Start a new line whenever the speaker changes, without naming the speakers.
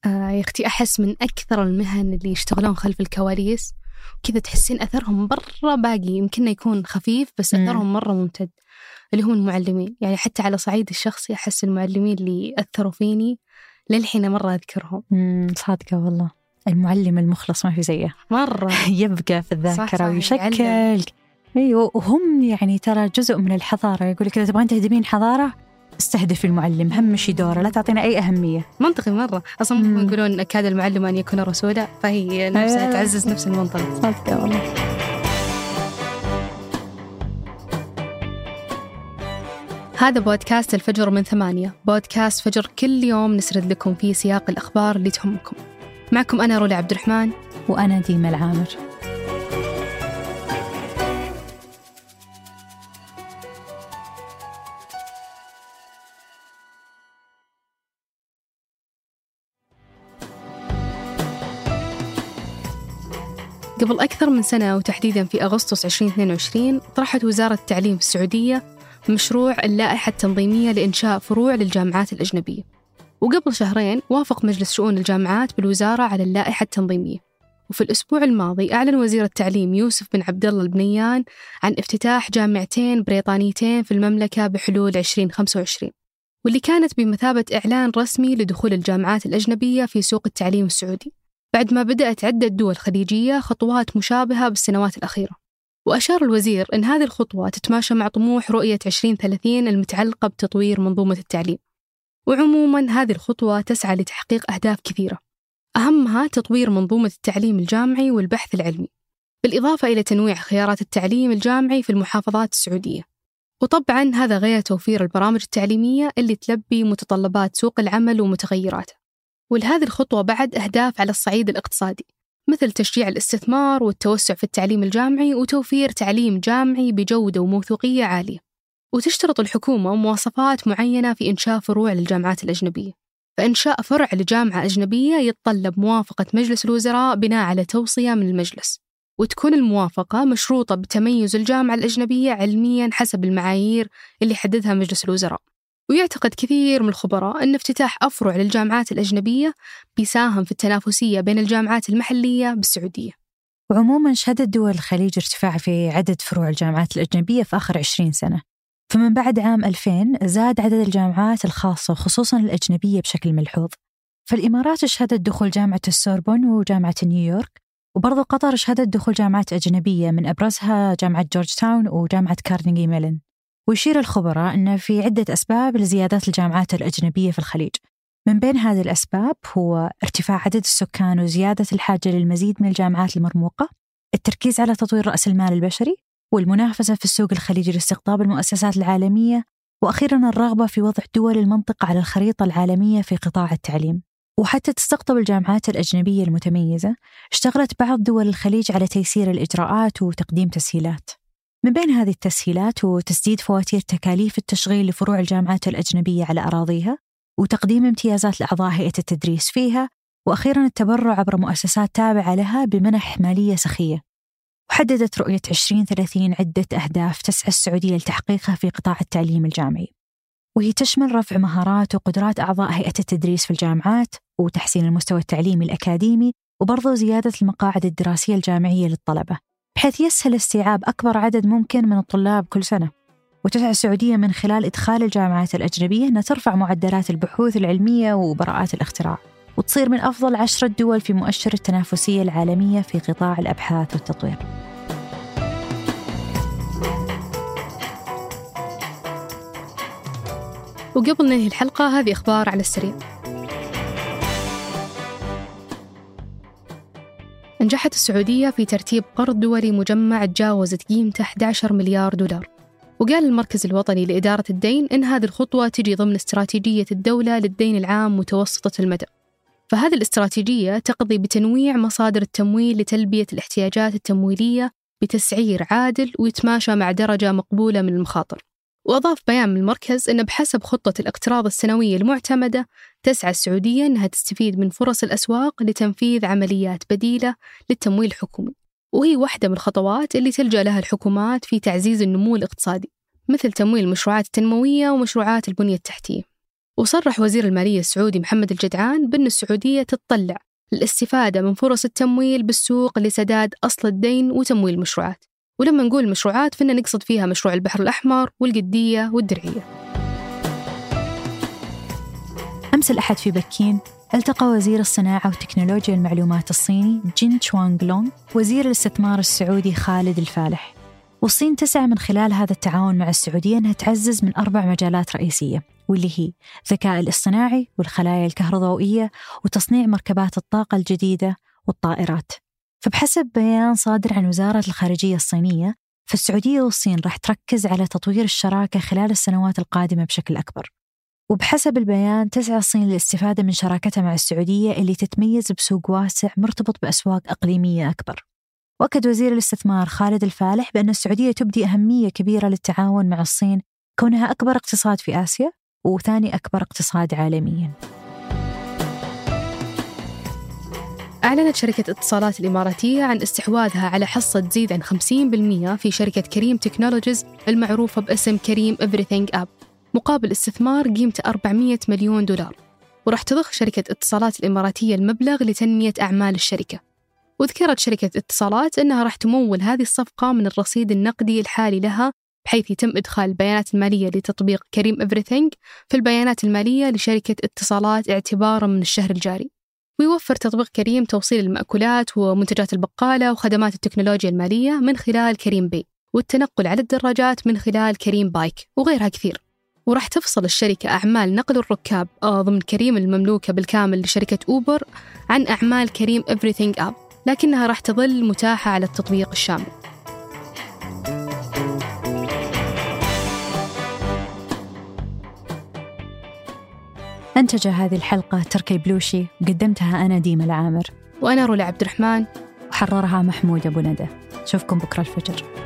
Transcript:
يا أختي أحس من أكثر المهن اللي يشتغلون خلف الكواليس كذا تحسين أثرهم برا باقي، يمكن يكون خفيف بس أثرهم مرة ممتد، اللي هم المعلمين. يعني حتى على صعيد الشخصي أحس المعلمين اللي أثروا فيني للحين مرة أذكرهم.
صادقة والله، المعلم المخلص ما في زيه
مرة
يبقى في الذاكرة ويشكل. أيوة، وهم يعني ترى جزء من الحضارة. يقول لك إذا تبغين تهدمين حضارة استهدف المعلم، همشي دوره، لا تعطينا أي أهمية.
منطقي مرة. أصلا يقولون كاد المعلم أن يكون رسولا، فهي نفسها تعزز نفس المنطلق.
صادقة والله.
هذا بودكاست الفجر من 8، بودكاست فجر كل يوم نسرد لكم فيه سياق الأخبار اللي تهمكم. معكم أنا رولا عبد الرحمن،
وأنا ديما العامر.
قبل أكثر من سنة، وتحديداً في أغسطس 2022، طرحت وزارة التعليم في السعودية مشروع اللائحة التنظيمية لإنشاء فروع للجامعات الأجنبية. وقبل شهرين وافق مجلس شؤون الجامعات بالوزارة على اللائحة التنظيمية. وفي الأسبوع الماضي أعلن وزير التعليم يوسف بن عبد الله البنيان عن افتتاح جامعتين بريطانيتين في المملكة بحلول 2025، واللي كانت بمثابة إعلان رسمي لدخول الجامعات الأجنبية في سوق التعليم السعودي، بعد ما بدأت عدة دول خليجية خطوات مشابهة بالسنوات الأخيرة. وأشار الوزير أن هذه الخطوة تتماشى مع طموح رؤية 2030 المتعلقة بتطوير منظومة التعليم. وعموماً هذه الخطوة تسعى لتحقيق أهداف كثيرة، أهمها تطوير منظومة التعليم الجامعي والبحث العلمي، بالإضافة إلى تنويع خيارات التعليم الجامعي في المحافظات السعودية. وطبعاً هذا غير توفير البرامج التعليمية اللي تلبي متطلبات سوق العمل ومتغيراته. ولهذه الخطوة بعد أهداف على الصعيد الاقتصادي، مثل تشجيع الاستثمار والتوسع في التعليم الجامعي وتوفير تعليم جامعي بجودة وموثوقية عالية. وتشترط الحكومة مواصفات معينة في إنشاء فروع للجامعات الأجنبية، فإنشاء فرع لجامعة أجنبية يتطلب موافقة مجلس الوزراء بناء على توصية من المجلس، وتكون الموافقة مشروطة بتميز الجامعة الأجنبية علمياً حسب المعايير اللي حددها مجلس الوزراء. ويعتقد كثير من الخبراء أن افتتاح أفرع للجامعات الأجنبية بيساهم في التنافسية بين الجامعات المحلية بالسعودية.
وعموماً شهدت دول الخليج ارتفاع في عدد فروع الجامعات الأجنبية في آخر 20 سنة. فمن بعد عام 2000 زاد عدد الجامعات الخاصة وخصوصاً الأجنبية بشكل ملحوظ. فالإمارات شهدت دخول جامعة السوربون وجامعة نيويورك، وبرضو قطر شهدت دخول جامعات أجنبية من أبرزها جامعة جورج تاون وجامعة كارنيغي ميلون. ويشير الخبراء أن في عدة أسباب لزيادة الجامعات الأجنبية في الخليج. من بين هذه الأسباب هو ارتفاع عدد السكان وزيادة الحاجة للمزيد من الجامعات المرموقة، التركيز على تطوير رأس المال البشري، والمنافسة في السوق الخليجي لاستقطاب المؤسسات العالمية، وأخيراً الرغبة في وضع دول المنطقة على الخريطة العالمية في قطاع التعليم. وحتى تستقطب الجامعات الأجنبية المتميزة، اشتغلت بعض دول الخليج على تيسير الإجراءات وتقديم تسهيلات. من بين هذه التسهيلات هو تسديد فواتير تكاليف التشغيل لفروع الجامعات الأجنبية على أراضيها، وتقديم امتيازات لأعضاء هيئة التدريس فيها، وأخيراً التبرع عبر مؤسسات تابعة لها بمنح مالية سخية. وحددت رؤية 2030 عدة أهداف تسعى السعودية لتحقيقها في قطاع التعليم الجامعي، وهي تشمل رفع مهارات وقدرات أعضاء هيئة التدريس في الجامعات، وتحسين المستوى التعليمي الأكاديمي، وبرضو زيادة المقاعد الدراسية الجامعية للطلبة، بحيث يسهل استيعاب أكبر عدد ممكن من الطلاب كل سنة. وتسعى السعودية من خلال إدخال الجامعات الأجنبية أن ترفع معدلات البحوث العلمية وبراءات الاختراع، وتصير من أفضل 10 دول في مؤشر التنافسية العالمية في قطاع الأبحاث والتطوير.
وقبل ننهي الحلقة، هذه أخبار على السريع. نجحت السعودية في ترتيب قرض دولي مجمع تجاوزت قيمته 11 مليار دولار. وقال المركز الوطني لإدارة الدين إن هذه الخطوة تجي ضمن استراتيجية الدولة للدين العام متوسطة المدى. فهذه الاستراتيجية تقضي بتنويع مصادر التمويل لتلبية الاحتياجات التمويلية بتسعير عادل ويتماشى مع درجة مقبولة من المخاطر. وأضاف بيان من المركز أن بحسب خطة الاقتراض السنوية المعتمدة، تسعى السعودية أنها تستفيد من فرص الأسواق لتنفيذ عمليات بديلة للتمويل الحكومي، وهي واحدة من الخطوات اللي تلجأ لها الحكومات في تعزيز النمو الاقتصادي، مثل تمويل المشروعات التنموية ومشروعات البنية التحتية. وصرح وزير المالية السعودي محمد الجدعان بأن السعودية تتطلع للاستفادة من فرص التمويل بالسوق لسداد أصل الدين وتمويل المشروعات. ولما نقول مشروعات فإننا نقصد فيها مشروع البحر الأحمر والقدية والدرعية.
أمس الأحد في بكين التقى وزير الصناعة وتكنولوجيا المعلومات الصيني جين تشوانغ لونغ وزير الاستثمار السعودي خالد الفالح. والصين تسعى من خلال هذا التعاون مع السعودية أنها تعزز من 4 مجالات رئيسية، واللي هي الذكاء الاصطناعي والخلايا الكهروضوئية وتصنيع مركبات الطاقة الجديدة والطائرات. فبحسب بيان صادر عن وزارة الخارجية الصينية، فالسعودية والصين راح تركز على تطوير الشراكة خلال السنوات القادمة بشكل أكبر. وبحسب البيان تسعى الصين للاستفادة من شراكتها مع السعودية اللي تتميز بسوق واسع مرتبط بأسواق إقليمية أكبر. وأكد وزير الاستثمار خالد الفالح بأن السعودية تبدي أهمية كبيرة للتعاون مع الصين كونها أكبر اقتصاد في آسيا وثاني أكبر اقتصاد عالمياً.
أعلنت شركة اتصالات الإماراتية عن استحواذها على حصة تزيد عن 50% في شركة كريم تكنولوجيز المعروفة باسم كريم Everything App مقابل استثمار قيمته 400 مليون دولار. وراح تضخ شركة اتصالات الإماراتية المبلغ لتنمية أعمال الشركة. وذكرت شركة اتصالات أنها راح تمول هذه الصفقة من الرصيد النقدي الحالي لها، بحيث يتم إدخال البيانات المالية لتطبيق كريم Everything في البيانات المالية لشركة اتصالات اعتباراً من الشهر الجاري. ويوفر تطبيق كريم توصيل المأكولات ومنتجات البقالة وخدمات التكنولوجيا المالية من خلال كريم باي، والتنقل على الدراجات من خلال كريم بايك وغيرها كثير. وراح تفصل الشركة أعمال نقل الركاب ضمن كريم المملوكة بالكامل لشركة أوبر عن أعمال كريم Everything App، لكنها راح تظل متاحة على التطبيق الشامل.
أنتج هذه الحلقة تركي بلوشي، وقدمتها أنا ديما العامر،
وأنا رولا عبد الرحمن،
وحررها محمود أبو ندى. أشوفكم بكرة الفجر.